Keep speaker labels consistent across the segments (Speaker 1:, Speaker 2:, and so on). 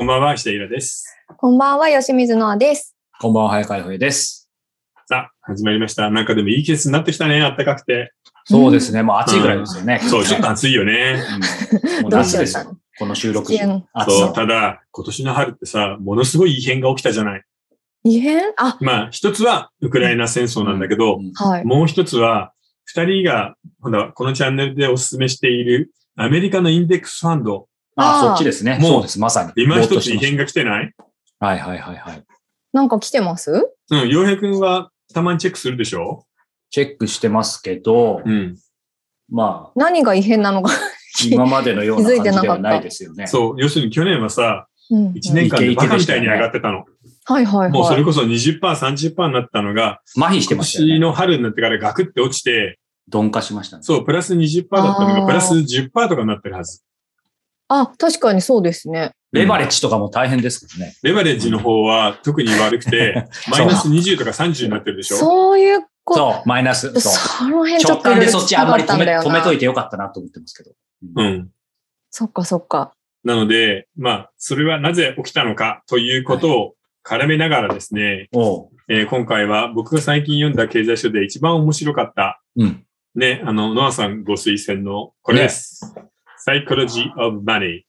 Speaker 1: ばんは、石田ゆらです。
Speaker 2: こんばんは、吉水のあです。
Speaker 3: こんばんは、早川洋平です。
Speaker 1: さあ、始まりました。なんかでもいい季節になってきたね、暖かくて。
Speaker 3: そうですね、もう暑いぐらいですよね。
Speaker 1: そう、ちょっと暑いよね。
Speaker 3: もう夏ですよ。この収録時。
Speaker 1: そう、ただ、今年の春ってさ、ものすごい異変が起きたじゃない。
Speaker 2: 異変？
Speaker 1: まあ、一つはウクライナ戦争なんだけど、もう一つは、二人が、このチャンネルでお勧めしているアメリカのインデックスファンド。
Speaker 3: そっちですね。そうです、まさに。
Speaker 1: 今一つ異変が来てない？
Speaker 3: はい。
Speaker 2: なんか来てます？
Speaker 1: 洋平くんはたまにチェックするでしょ？
Speaker 3: チェックしてますけど、まあ。
Speaker 2: 何が異変なのか
Speaker 3: 今までのような感じではないですよね。
Speaker 1: そう、要するに去年はさ、1年間でバカみたいに上がってたの。もうそれこそ 20%、30% になったのが、
Speaker 3: 麻痺してましたよね。
Speaker 1: 今年の春になってからガクって落ちて、
Speaker 3: 鈍化しましたね。
Speaker 1: そう、プラス 20% だったのがプラス 10% とかになってるはず。
Speaker 2: 確かにそうですね。
Speaker 3: レバレッジとかも大変ですけどね。
Speaker 1: レバレッジの方は特に悪くて、マイナス20とか30になってるでしょ？
Speaker 2: そういうこと。
Speaker 3: そう、マイナス。そう。
Speaker 2: その辺ちょっと
Speaker 3: 直感でそっちあんまり止めといてよかったなと思ってますけど。
Speaker 2: そっか。
Speaker 1: なので、まあ、それはなぜ起きたのかということを絡めながらですね、今回は僕が最近読んだ経済書で一番面白かった、ね、ノアさんご推薦のこれです。Psychology of Money。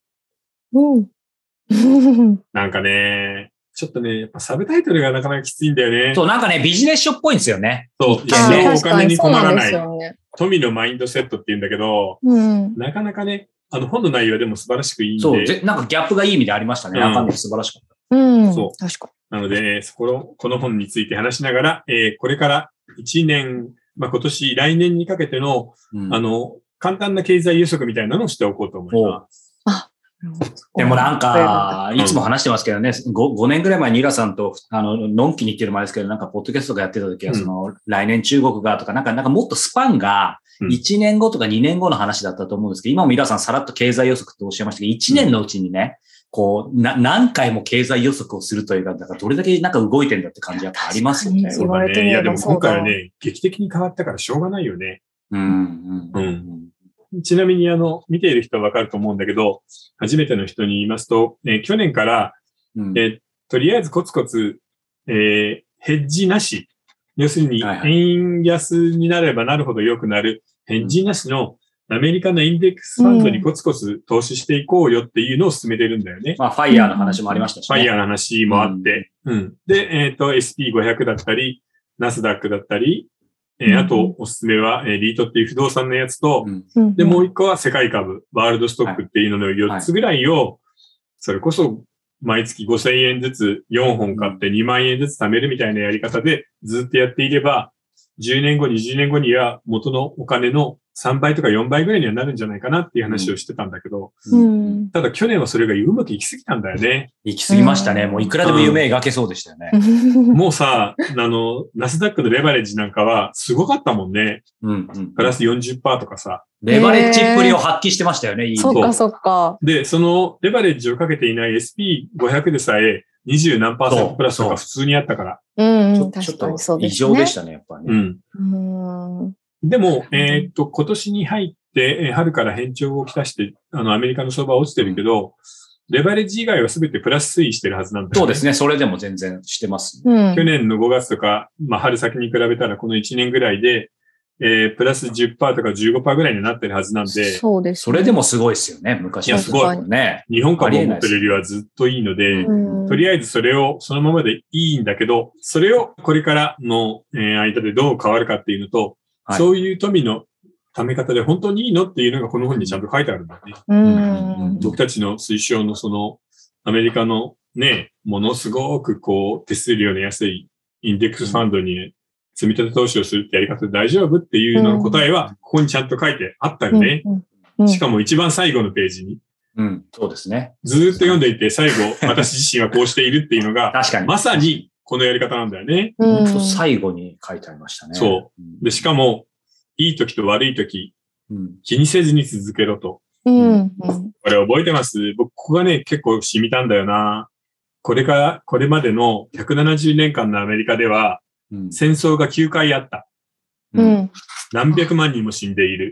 Speaker 1: なんかね、ちょっとね、やっぱサブタイトルがなかなかきついんだよね。
Speaker 3: そう、なんかね、ビジネス書っぽいんですよね。
Speaker 1: そう、一生お金に困らない。富のマインドセットって言うんだけど、なかなかね、本の内容でも素晴らしくいいんで。
Speaker 3: そう、なんかギャップがいい意味でありましたね。中身素晴らしかった。
Speaker 2: そう。確か
Speaker 1: に。なので、この本について話しながら、これから1年、今年、来年にかけての、簡単な経済予測みたいなのをしておこうと思います。
Speaker 3: でもなんか、いつも話してますけどね、5年ぐらい前にイラさんと、のんきに言ってる前ですけど、なんか、ポッドキャストとかやってた時は、来年中国がとか、なんかもっとスパンが、1年後とか2年後の話だったと思うんですけど、今もイラさんさらっと経済予測っておっしゃいましたけど、1年のうちにね、こう、何回も経済予測をするというか、だからどれだけなんか動いてんだって感じやっぱありますよね。
Speaker 1: そうだね。いや、でも今回はね、劇的に変わったからしょうがないよね。ちなみに見ている人はわかると思うんだけど、初めての人に言いますと、去年から、とりあえずコツコツ、ヘッジなし。要するに、円安になればなるほど良くなる、ヘッジなしのアメリカのインデックスファンドにコツコツ投資していこうよっていうのを進めてるんだよね。
Speaker 3: まあ、ファイヤーの話もありましたしね。
Speaker 1: ファイヤーの話もあって。で、SP500 だったり、ナスダックだったり、あと、おすすめは、リートっていう不動産のやつと、で、もう一個は世界株、ワールドストックっていうのの4つぐらいを、それこそ、毎月5000円ずつ4本買って2万円ずつ貯めるみたいなやり方でずっとやっていれば、10年後、20年後には元のお金の3倍とか4倍ぐらいにはなるんじゃないかなっていう話をしてたんだけど、ただ去年はそれがうまくいき過ぎたんだよね。
Speaker 3: いき過ぎましたね。もういくらでも夢描けそうでしたよね。
Speaker 1: もうさ、ナスダックのレバレッジなんかはすごかったもんね。プラス 40% とかさ。
Speaker 3: レバレッジっぷりを発揮してましたよね。
Speaker 2: そっか。
Speaker 1: で、そのレバレッジをかけていない SP500 でさえ20何%プラスとか普通にあったから。
Speaker 3: ちょっと異常でしたね、やっぱね。
Speaker 1: でも、今年に入って、春から変調をきたして、アメリカの相場は落ちてるけど、レバレッジ以外は全てプラス推移してるはずなんだよね。
Speaker 3: そうですね。それでも全然してます。
Speaker 1: 去年の5月とか、まあ、春先に比べたらこの1年ぐらいで、プラス 10% とか 15% ぐらいになってるはずなんで。
Speaker 2: そうです、ね。
Speaker 3: それでもすごいですよね。昔は
Speaker 1: すごい。
Speaker 3: ね。
Speaker 1: 日本株を持ってるよりはずっといいので、とりあえずそれをそのままでいいんだけど、それをこれからの間でどう変わるかっていうのと、そういう富の貯め方で本当にいいのっていうのがこの本にちゃんと書いてあるんだね。僕たちの推奨のそのアメリカのね、ものすごくこう手数料の安いインデックスファンドに積み立て投資をするってやり方で大丈夫っていうのの答えはここにちゃんと書いてあったよね。しかも一番最後のページに。
Speaker 3: そうですね。
Speaker 1: ずーっと読んでいて最後私自身はこうしているっていうのが
Speaker 3: 確かに
Speaker 1: まさにこのやり方なんだよね。
Speaker 3: 最後に書いてありましたね。
Speaker 1: そう。で、しかも、いい時と悪い時、気にせずに続けろと。これ覚えてます？僕、ここがね、結構染みたんだよな。これまでの170年間のアメリカでは、戦争が9回あった。何百万人も死んでいる。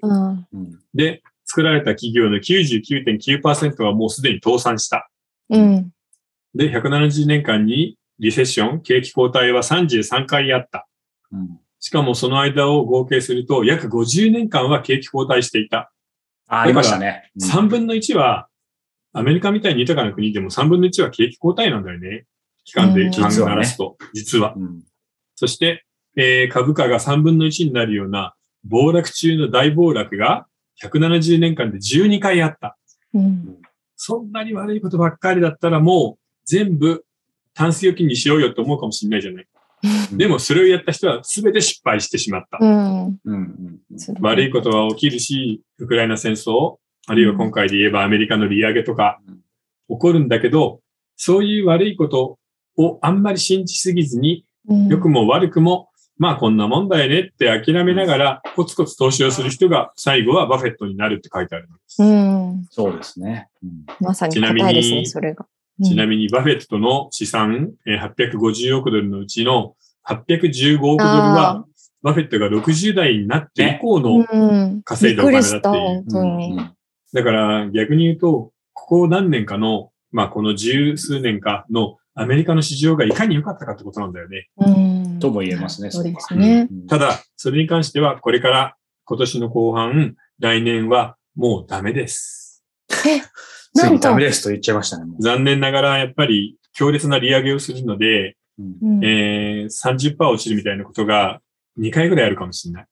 Speaker 1: で、作られた企業の 99.9% はもうすでに倒産した。 で、170年間にリセッション、景気後退は33回あった。しかもその間を合計すると、約50年間は景気後退していた。
Speaker 3: ありましたね。
Speaker 1: 3分の1は、アメリカみたいに豊かな国でも3分の1は景気後退なんだよね。期間で考えらすと、実は。そして、株価が3分の1になるような暴落中の大暴落が170年間で12回あった。そんなに悪いことばっかりだったらもう全部タンス預金にしようよって思うかもしれないじゃない。でもそれをやった人は全て失敗してしまった。悪いことは起きるし、ウクライナ戦争、あるいは今回で言えばアメリカの利上げとか起こるんだけど、そういう悪いことをあんまり信じすぎずに、良くも悪くも、まあこんなもんだよねって諦めながらコツコツ投資をする人が最後はバフェットになるって書いてあるんです。
Speaker 3: そうですね。
Speaker 2: まさに答えですね、それが。
Speaker 1: ちなみにバフェットの資産850億ドルのうちの815億ドルはバフェットが60代になって以降の稼いだお金だっていう。だから逆に言うと、ここ何年かの、まあこの十数年かのアメリカの市場がいかに良かったかってことなんだよね。
Speaker 3: とも言えますね。
Speaker 2: そうですね。
Speaker 1: ただ、それに関してはこれから今年の後半、来年はもうダメです。
Speaker 3: ついにダメですと言っちゃいましたね。
Speaker 1: 残念ながらやっぱり強烈な利上げをするので、30% 落ちるみたいなことが2回ぐらいあるかもしれない。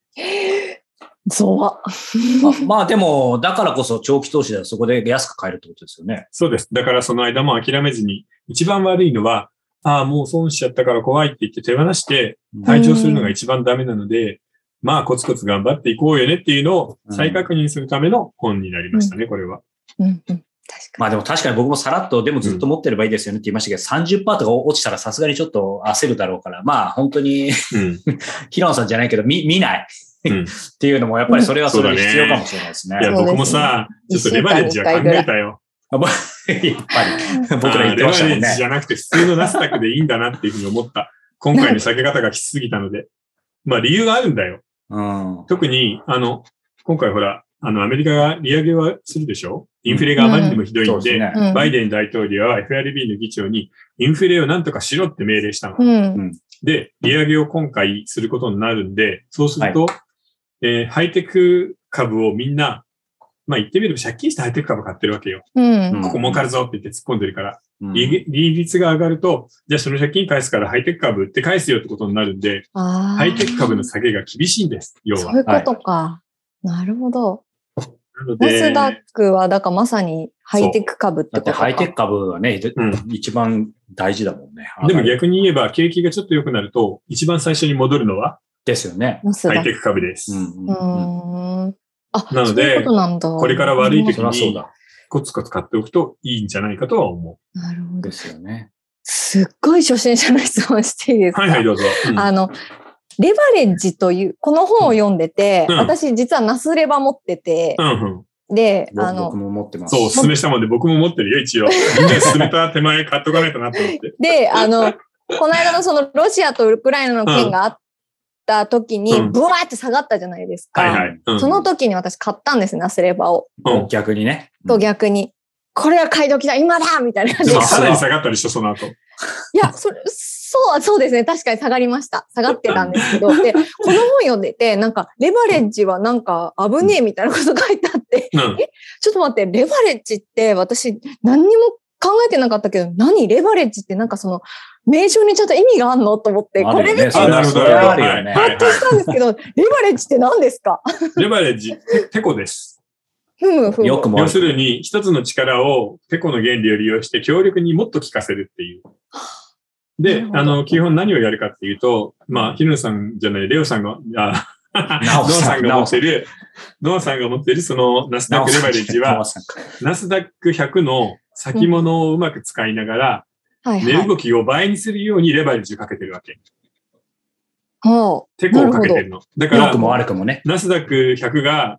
Speaker 3: まあでも、だからこそ長期投資ではそこで安く買えるってことですよね。
Speaker 1: そうです。だからその間も諦めずに、一番悪いのは、もう損しちゃったから怖いって言って手放して退場するのが一番ダメなので、まあコツコツ頑張っていこうよねっていうのを再確認するための本になりましたね、これは。
Speaker 3: まあでも確かに僕もさらっとでもずっと持ってればいいですよねって言いましたけど、30% とか落ちたらさすがにちょっと焦るだろうから、まあ本当に、平野さんじゃないけど見ないっていうのもやっぱりそれはそれで必要かもしれないですね。
Speaker 1: いや、僕もさ、ちょっとレバレッジは考えたよ。
Speaker 3: やっぱり僕ら言ってましたもんね。
Speaker 1: レバレッジじゃなくて普通のナスダックでいいんだなっていうふうに思った。今回の下げ方がきつすぎたので。まあ理由があるんだよ。特に、今回ほら、アメリカが利上げはするでしょ？インフレがあまりにもひどいんで、バイデン大統領は FRB の議長にインフレをなんとかしろって命令したの。で、利上げを今回することになるんで、そうすると、ハイテク株をみんな、まあ言ってみれば借金してハイテク株買ってるわけよ。ここ儲かるぞって言って突っ込んでるから。利率が上がると、じゃあその借金返すからハイテク株売って返すよってことになるんで、ハイテク株の下げが厳しいんです、要は。
Speaker 2: そういうことか。なるほど。ナスダックは、だからまさにハイテク株ってことか。
Speaker 3: だってハイテク株はね、一番大事だもんね。
Speaker 1: でも逆に言えば、景気がちょっと良くなると、一番最初に戻るのは
Speaker 3: ですよね。
Speaker 1: ハイテク株です。
Speaker 2: な
Speaker 1: ので、これから悪い時にコツコツ買っておくといいんじゃないかとは思
Speaker 2: う。なるほど。
Speaker 3: ですよね。
Speaker 2: すっごい初心者の質問していいですか？
Speaker 1: はいはい、どうぞ。
Speaker 2: レバレッジという、この本を読んでて、私実はナスレバ持ってて、で、
Speaker 3: 僕も持ってます。
Speaker 1: そう、お勧めしたもんで僕も持ってるよ、一応。みんな勧めた手前買っとかないとなと思って。
Speaker 2: で、この間のそのロシアとウクライナの件があった時に、ブワーって下がったじゃないですか。その時に私買ったんですね、ナスレバを。
Speaker 3: 逆にね。
Speaker 2: と逆に。これは買い時だ今だみたいな感じで。
Speaker 1: さらに下がったりした、その後。
Speaker 2: いや、そうですね。確かに下がりました。下がってたんですけど。で、この本読んでて、なんか、レバレッジはなんか危ねえみたいなこと書いてあって、ちょっと待って、レバレッジって私何にも考えてなかったけど、レバレッジってなんかその、名称にちゃんと意味があんのと思って、これ見て、
Speaker 1: なるほど。
Speaker 2: ハッとしたんですけど、レバレッジって何ですか？
Speaker 1: レバレッジ、テコです。
Speaker 3: 要
Speaker 1: するに、一つの力をテコの原理を利用して強力にもっと効かせるっていう。で、基本何をやるかっていうと、まあ、ヒルさんじゃない、レオさんが、ノアさんが持ってる、そのナスダックレバレッジは、ナスダック100の先物をうまく使いながら、値動きを倍にするようにレバレッジをかけてるわけ。テコをかけてるの。だから、ナスダック100が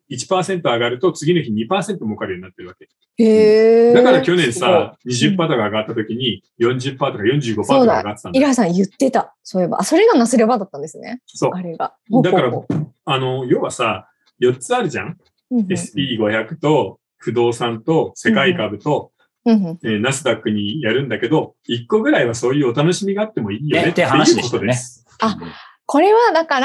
Speaker 1: 1% 上がると次の日 2% 儲かるようになってるわけ。だから去年さ、20% とか上がった時に 40% とか 45% とか上がってたんだ。
Speaker 2: イラさん言ってた。そういえば。それがナスレバだったんですね。
Speaker 1: そう。
Speaker 2: あれが。
Speaker 1: だから、要はさ、4つあるじゃん。SP500 と不動産と世界株とナスダックにやるんだけど、1個ぐらいはそういうお楽しみがあってもいいよね
Speaker 3: って話でしたね。
Speaker 2: あ、これはだから、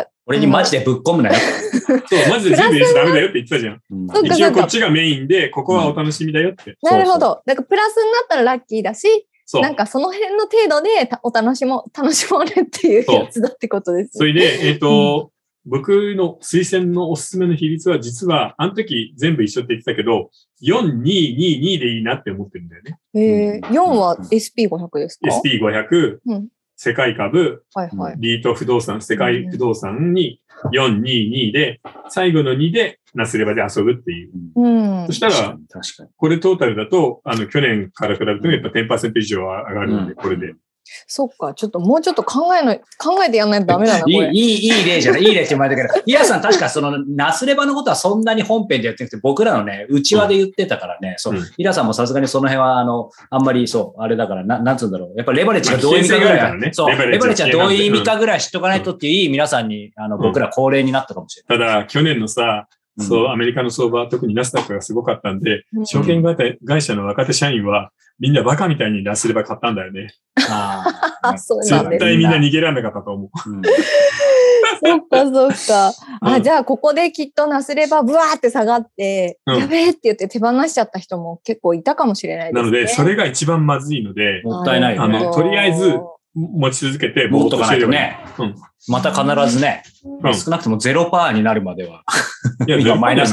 Speaker 3: 俺にマジでぶっ込むなよ。
Speaker 1: そう、マジで全部入れちゃダメだよって言ってたじゃん。一応こっちがメインで、ここはお楽しみだよって。
Speaker 2: なるほど。だからプラスになったらラッキーだし、なんかその辺の程度で楽しもうねっていうやつだってことです。
Speaker 1: それで、僕の推薦のおすすめの比率は実は、あの時全部一緒って言ってたけど、4、2、2、2でいいなって思ってるんだよね。
Speaker 2: 4は SP500 ですか？
Speaker 1: SP500、世界株、リート不動産、世界不動産に4、2、2で、最後の2でナスレバで遊ぶっていう。そしたら、これトータルだと、去年から比べるとやっぱ 10% 以上上がるので、これで。
Speaker 2: そっか、ちょっともうちょっと考えてやんないとダメだな、これ。
Speaker 3: いい例じゃない、いい例って言われたけど、イラさん確かその、ナスレバのことはそんなに本編でやってなくて、僕らのね、内輪で言ってたからね、イラさんもさすがにその辺は、あんまりそう、あれだから、なんつうんだろう。やっぱレバレッジがどういう意味かぐらい、そう、レバレッジはどういう意味かぐらい知っとかないとっていう皆さんに、僕ら恒例になったかもしれない。
Speaker 1: ただ、去年のさ、そう、アメリカの相場、特にナスダックがすごかったんで、証券会社の若手社員は、みんなバカみたいにナスレバ買ったんだよね。
Speaker 2: そうなんです。
Speaker 1: 絶対みんな逃げられなかったと思う。
Speaker 2: そっかそっか。じゃあここできっとナスレバブワーって下がって、やべえって言って手放しちゃった人も結構いたかもしれないですね。
Speaker 1: なので、それが一番まずいので、
Speaker 3: もったいないよね。
Speaker 1: とりあえず、持ち続けて、
Speaker 3: 持っとかないとね。また必ずね、少なくとも 0% になるまでは。
Speaker 1: いや、マイナス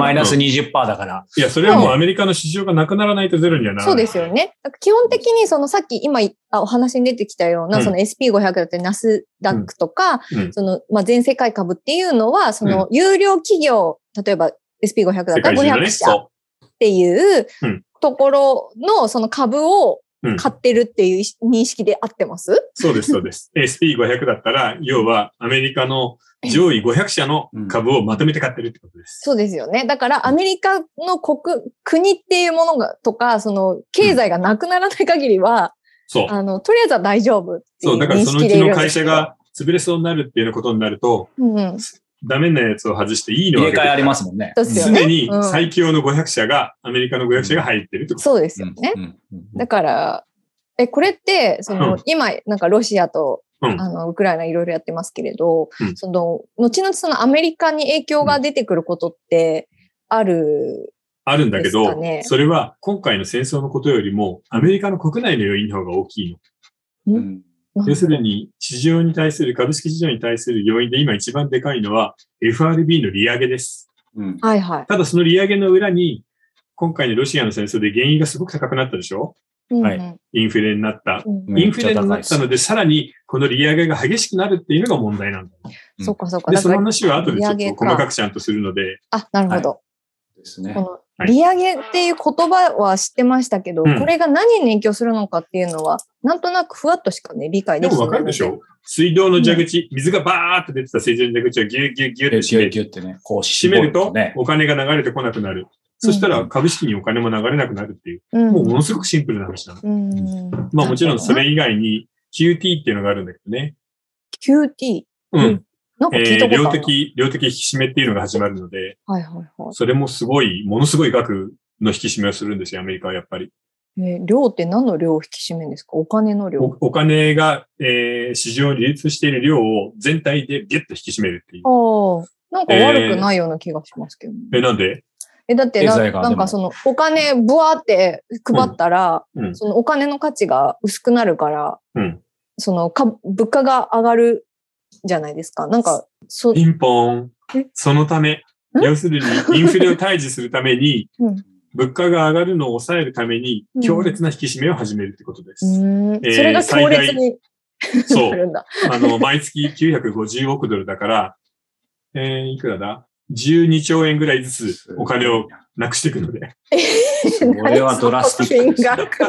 Speaker 3: 20% だから。
Speaker 1: いや、それはもうアメリカの市場がなくならないとゼロにはならない。
Speaker 2: そうですよね。基本的にさっき今お話に出てきたような、その SP500 だったりナスダックとか、全世界株っていうのは、有料企業、例えば SP500 だったら500社っていうところのその株を買ってるっていう認識で合ってます？
Speaker 1: そうです、そうです。SP500 だったら、要はアメリカの上位500社の株をまとめて買ってるってことです。
Speaker 2: そうですよね。だからアメリカの国っていうものが、とか、経済がなくならない限りは、とりあえずは大丈夫っていう認識でいるんです。そう、だからそのうちの会社が潰れそうになるっていうことになると、ダメなやつを外していいの
Speaker 3: 入れ替えありますもんね。
Speaker 1: 常に最強の500社が、アメリカの500社が入ってるってこと。
Speaker 2: そうですよね。だから、これって、今、なんかロシアと、ウクライナいろいろやってますけれど、後々アメリカに影響が出てくることってある
Speaker 1: んだけど、それは今回の戦争のことよりも、アメリカの国内の要因の方が大きいの。要するに、市場に対する、株式市場に対する要因で今一番でかいのは FRB の利上げです。
Speaker 2: はいはい。
Speaker 1: ただその利上げの裏に、今回のロシアの戦争で原油がすごく高くなったでしょ？はい。インフレになった。インフレになったので、さらにこの利上げが激しくなるっていうのが問題なんだ。
Speaker 2: そうかそうか。
Speaker 1: で、その話は後でちょっと細かくちゃんとするので。
Speaker 2: なるほど。
Speaker 3: ですね。
Speaker 2: 利上げっていう言葉は知ってましたけど、これが何に影響するのかっていうのは、なんとなくふわっとしかね、理解できない。
Speaker 1: でもわかるでしょ？水道の蛇口、水がバーって出てた水道の蛇口をギュッギュッギュッって閉めると、お金が流れてこなくなる。そしたら株式にお金も流れなくなるっていう、もうものすごくシンプルな話なの。まあもちろんそれ以外に QT っていうのがあるんだけどね。
Speaker 2: QT？ なんか聞いたことある。
Speaker 1: 量的引き締めっていうのが始まるので、それもものすごい額の引き締めをするんですよ、アメリカはやっぱり。
Speaker 2: 量って何の量を引き締めるんですか？お金の量。
Speaker 1: お金が、市場に流通している量を全体でギュッと引き締めるっていう。
Speaker 2: なんか悪くないような気がしますけど、ね。
Speaker 1: なんで？
Speaker 2: だってなんかお金ブワーって配ったら、そのお金の価値が薄くなるから、物価が上がるじゃないですか。なんか、
Speaker 1: ピンポン。そのため、要するにインフレを退治するために、物価が上がるのを抑えるために、強烈な引き締めを始めるってことです。
Speaker 2: それが強烈に
Speaker 1: なるんだ。毎月950億ドルだから、いくらだ？12兆円ぐらいずつお金をなくしていくので。
Speaker 3: これはドラスティックです。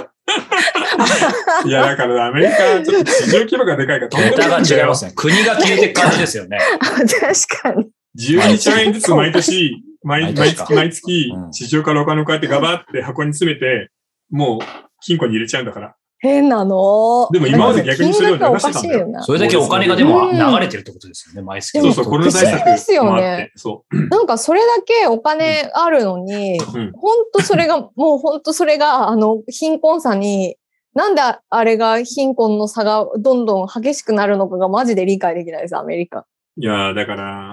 Speaker 1: いや、だからアメリカ、ちょっと市場規模がでかいからとんでもないんだよ。
Speaker 3: 違いますね。国が消えていく感じですよね。
Speaker 2: 確かに。
Speaker 1: 12兆円ずつ毎月、市場からお金をこうやってガバって箱に詰めて、もう金庫に入れちゃうんだから。
Speaker 2: 変なの。
Speaker 1: でも今まで逆にそれを流してたんだよ。
Speaker 3: それだけお金がでも流れてるってことですよね、毎月。
Speaker 1: そうそう、コロナ対策もあって。
Speaker 2: そう。なんかそれだけお金あるのに、本当それが、もう本当それが、貧困差に、なんであれが貧困の差がどんどん激しくなるのかがマジで理解できないです、アメリカ。
Speaker 1: いやだから、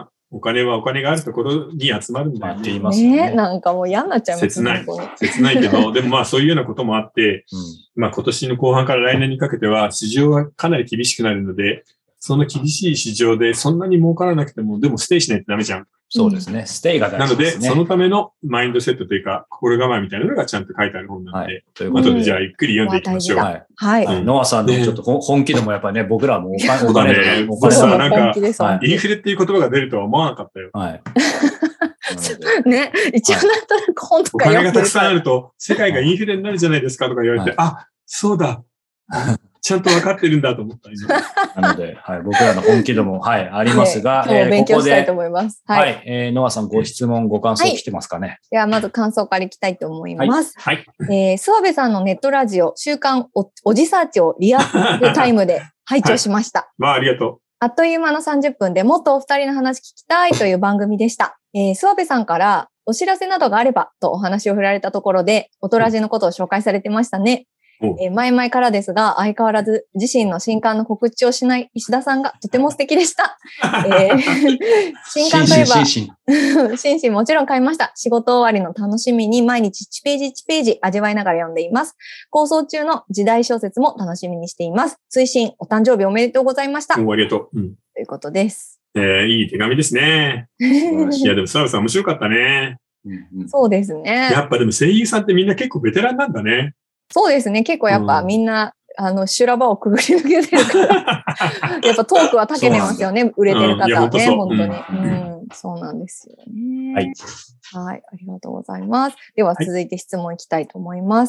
Speaker 1: お金はお金があるところに集まるんだよ
Speaker 3: って言いますね。
Speaker 2: なんかもう嫌になっちゃいます
Speaker 1: ね。切ないけど、でもまあそういうようなこともあって、まあ今年の後半から来年にかけては市場はかなり厳しくなるので、その厳しい市場でそんなに儲からなくても、でもステイしないとダメじゃん。
Speaker 3: そうですね。ステイが大事ですね。
Speaker 1: なので、そのためのマインドセットというか、心構えみたいなのがちゃんと書いてある本なので、後でじゃあゆっくり読んでいきましょう。
Speaker 2: はい。
Speaker 3: ノアさんのちょっと本気度もやっぱりね、僕らもお金
Speaker 1: そうさ、なんか、インフレっていう言葉が出るとは思わなかったよ。
Speaker 3: はい。
Speaker 2: ね、一応なんとなく本とか
Speaker 1: お金がたくさんあると、世界がインフレになるじゃないですかとか言われて、あ、そうだ。ちゃんと分かってるんだと思った。
Speaker 3: なので、はい、僕らの本気度も、はい、ありますが、
Speaker 2: 今日勉強したいと思います。
Speaker 3: はい。ノアさんご質問、ご感想来てますかね。
Speaker 2: では、まず感想からいきたいと思います。
Speaker 1: はい。
Speaker 2: 諏訪部さんのネットラジオ、週刊おじサーチをリアルタイムで拝聴しました。
Speaker 1: まあ、ありがとう。
Speaker 2: あっという間の30分でもっとお二人の話聞きたいという番組でした。諏訪部さんからお知らせなどがあればとお話を振られたところで、オトラジのことを紹介されてましたね。前々からですが、相変わらず自身の新刊の告知をしない石田さんがとても素敵でした。新刊といえば、心身もちろん買いました。仕事終わりの楽しみに毎日1ページ1ページ味わいながら読んでいます。構想中の時代小説も楽しみにしています。追伸お誕生日おめでとうございました。
Speaker 1: ありがとう。
Speaker 2: ということです。
Speaker 1: いい手紙ですね。いや、でも澤部さん面白かったね。
Speaker 2: そうですね。
Speaker 1: やっぱでも声優さんってみんな結構ベテランなんだね。
Speaker 2: そうですね。結構やっぱみんな、修羅場をくぐり抜けてるから、やっぱトークは長けてますよね。売れてる方はね、本当に。そうなんですよね。はい。ありがとうございます。では続いて質問いきたいと思います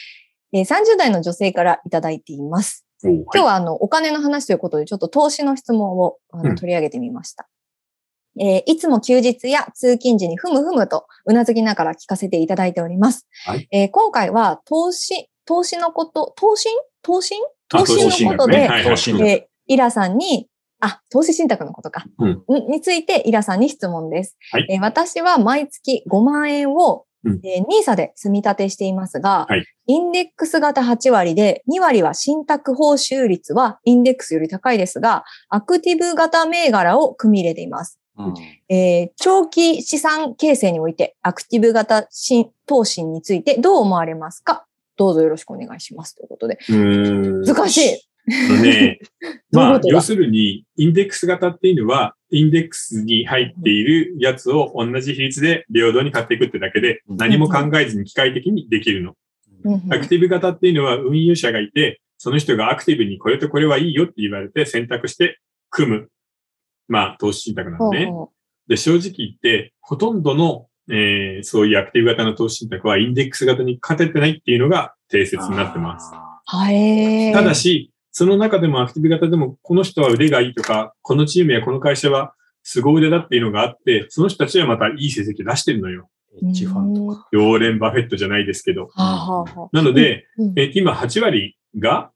Speaker 2: 。30代の女性からいただいています。今日はお金の話ということで、ちょっと投資の質問を取り上げてみました。いつも休日や通勤時にふむふむとうなずきながら聞かせていただいております。今回は投資のこと、投資のことで、イラさんに、投資信託のことか、についてイラさんに質問です。私は毎月5万円をNISA で積み立てしていますが、インデックス型8割で2割は信託報酬率はインデックスより高いですが、アクティブ型銘柄を組み入れています。長期資産形成においてアクティブ型投資についてどう思われますか？どうぞよろしくお願いします。ということで。難しい。
Speaker 1: まあ、要するに、インデックス型っていうのは、インデックスに入っているやつを同じ比率で平等に買っていくってだけで、何も考えずに機械的にできるの。アクティブ型っていうのは運用者がいて、その人がアクティブにこれとこれはいいよって言われて選択して組む。まあ、投資信託なのね。で、正直言って、ほとんどの、そういうアクティブ型の投資信託はインデックス型に勝ててないっていうのが定説になってます。ただし、その中でもアクティブ型でも、この人は腕がいいとか、このチームやこの会社は凄腕だっていうのがあって、その人たちはまたいい成績出してるのよ。
Speaker 3: エッジファンとか。
Speaker 1: ウォーレン・バフェットじゃないですけど。なので、今8割が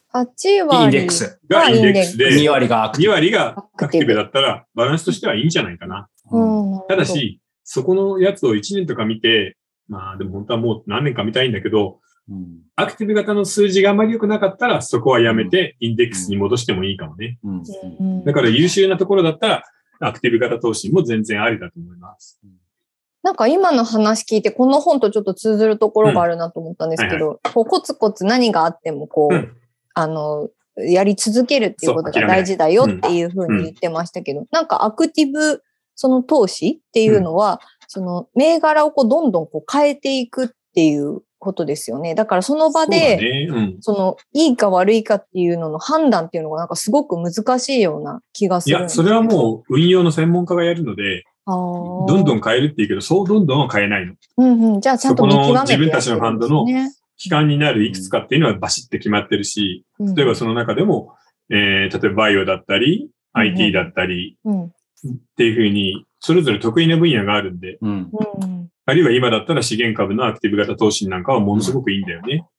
Speaker 2: 8割
Speaker 3: インデックス。
Speaker 1: がインデックスで、
Speaker 3: 2割がアクテ
Speaker 1: ィブだったら、バランスとしてはいいんじゃないかな。ただし、そこのやつを1年とか見て、まあでも本当はもう何年か見たいんだけど、アクティブ型の数字があまり良くなかったら、そこはやめて、インデックスに戻してもいいかもね。だから優秀なところだったら、アクティブ型投資も全然ありだと思います。
Speaker 2: なんか今の話聞いて、この本とちょっと通ずるところがあるなと思ったんですけど、コツコツ何があってもやり続けるっていうことが大事だよっていうふうに言ってましたけど、なんかアクティブ、その投資っていうのは、その銘柄をどんどん変えていくっていうことですよね。だからその場で、そのいいか悪いかっていうのの判断っていうのがなんかすごく難しいような気がするんですけど。
Speaker 1: いや、それはもう運用の専門家がやるので、どんどん変えるって言うけど、そうどんどんは変えないの。
Speaker 2: じゃあちゃんと見極めてや
Speaker 1: 自分たちのファンドの期間になるいくつかっていうのはバシッて決まってるし、例えばその中でも、例えばバイオだったり、IT だったり、っていうふうに、それぞれ得意な分野があるんで、あるいは今だったら資源株のアクティブ型投資なんかはものすごくいいんだよね。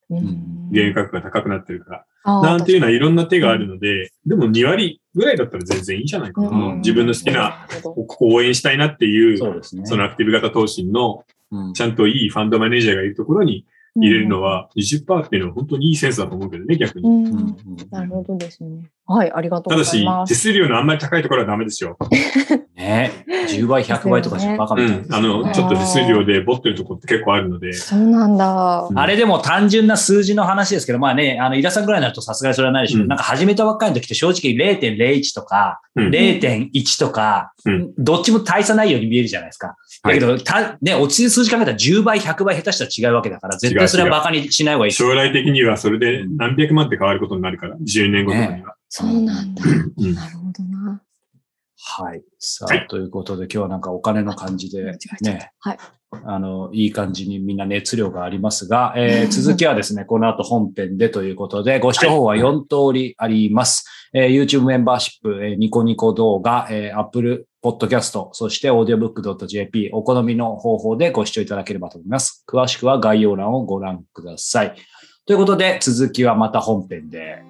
Speaker 1: 原油価格が高くなってるから。なんていうのはいろんな手があるので、でも2割ぐらいだったら全然いいじゃないかな。自分の好きな、ここ応援したいなっていう、そのアクティブ型投資の、ちゃんといいファンドマネージャーがいるところに入れるのは 20% っていうのは本当にいいセンスだと思うけどね、逆に。
Speaker 2: なるほどですね。はい、ありがとうございます。
Speaker 1: ただし、手数料のあんまり高いところはダメですよ。
Speaker 3: ね、10倍、100倍とかじゃバカみたい
Speaker 1: ちょっと手数料でボってるところって結構あるので。
Speaker 2: そうなんだ。
Speaker 3: あれでも単純な数字の話ですけど、まあね、イラさんぐらいになるとさすがにそれはないでしょう。なんか始めたばっかりの時って正直 0.01 とか、0.1 とか、どっちも大差ないように見えるじゃないですか。だけど、ね、落ちる数字考えたら10倍、100倍下手したら違うわけだから、絶対それはバカにしない方がいい。
Speaker 1: 将来的にはそれで何百万って変わることになるから、10年後とかには。
Speaker 2: そうなんだ。なるほどな。
Speaker 3: はい。さあ、ということで今日はなんかお金の感じでね、いい感じにみんな熱量がありますが、続きはですね、この後本編でということで、ご視聴方法は4通りあります。YouTube メンバーシップ、ニコニコ動画、Apple Podcast、そして audiobook.jp、お好みの方法でご視聴いただければと思います。詳しくは概要欄をご覧ください。ということで、続きはまた本編で。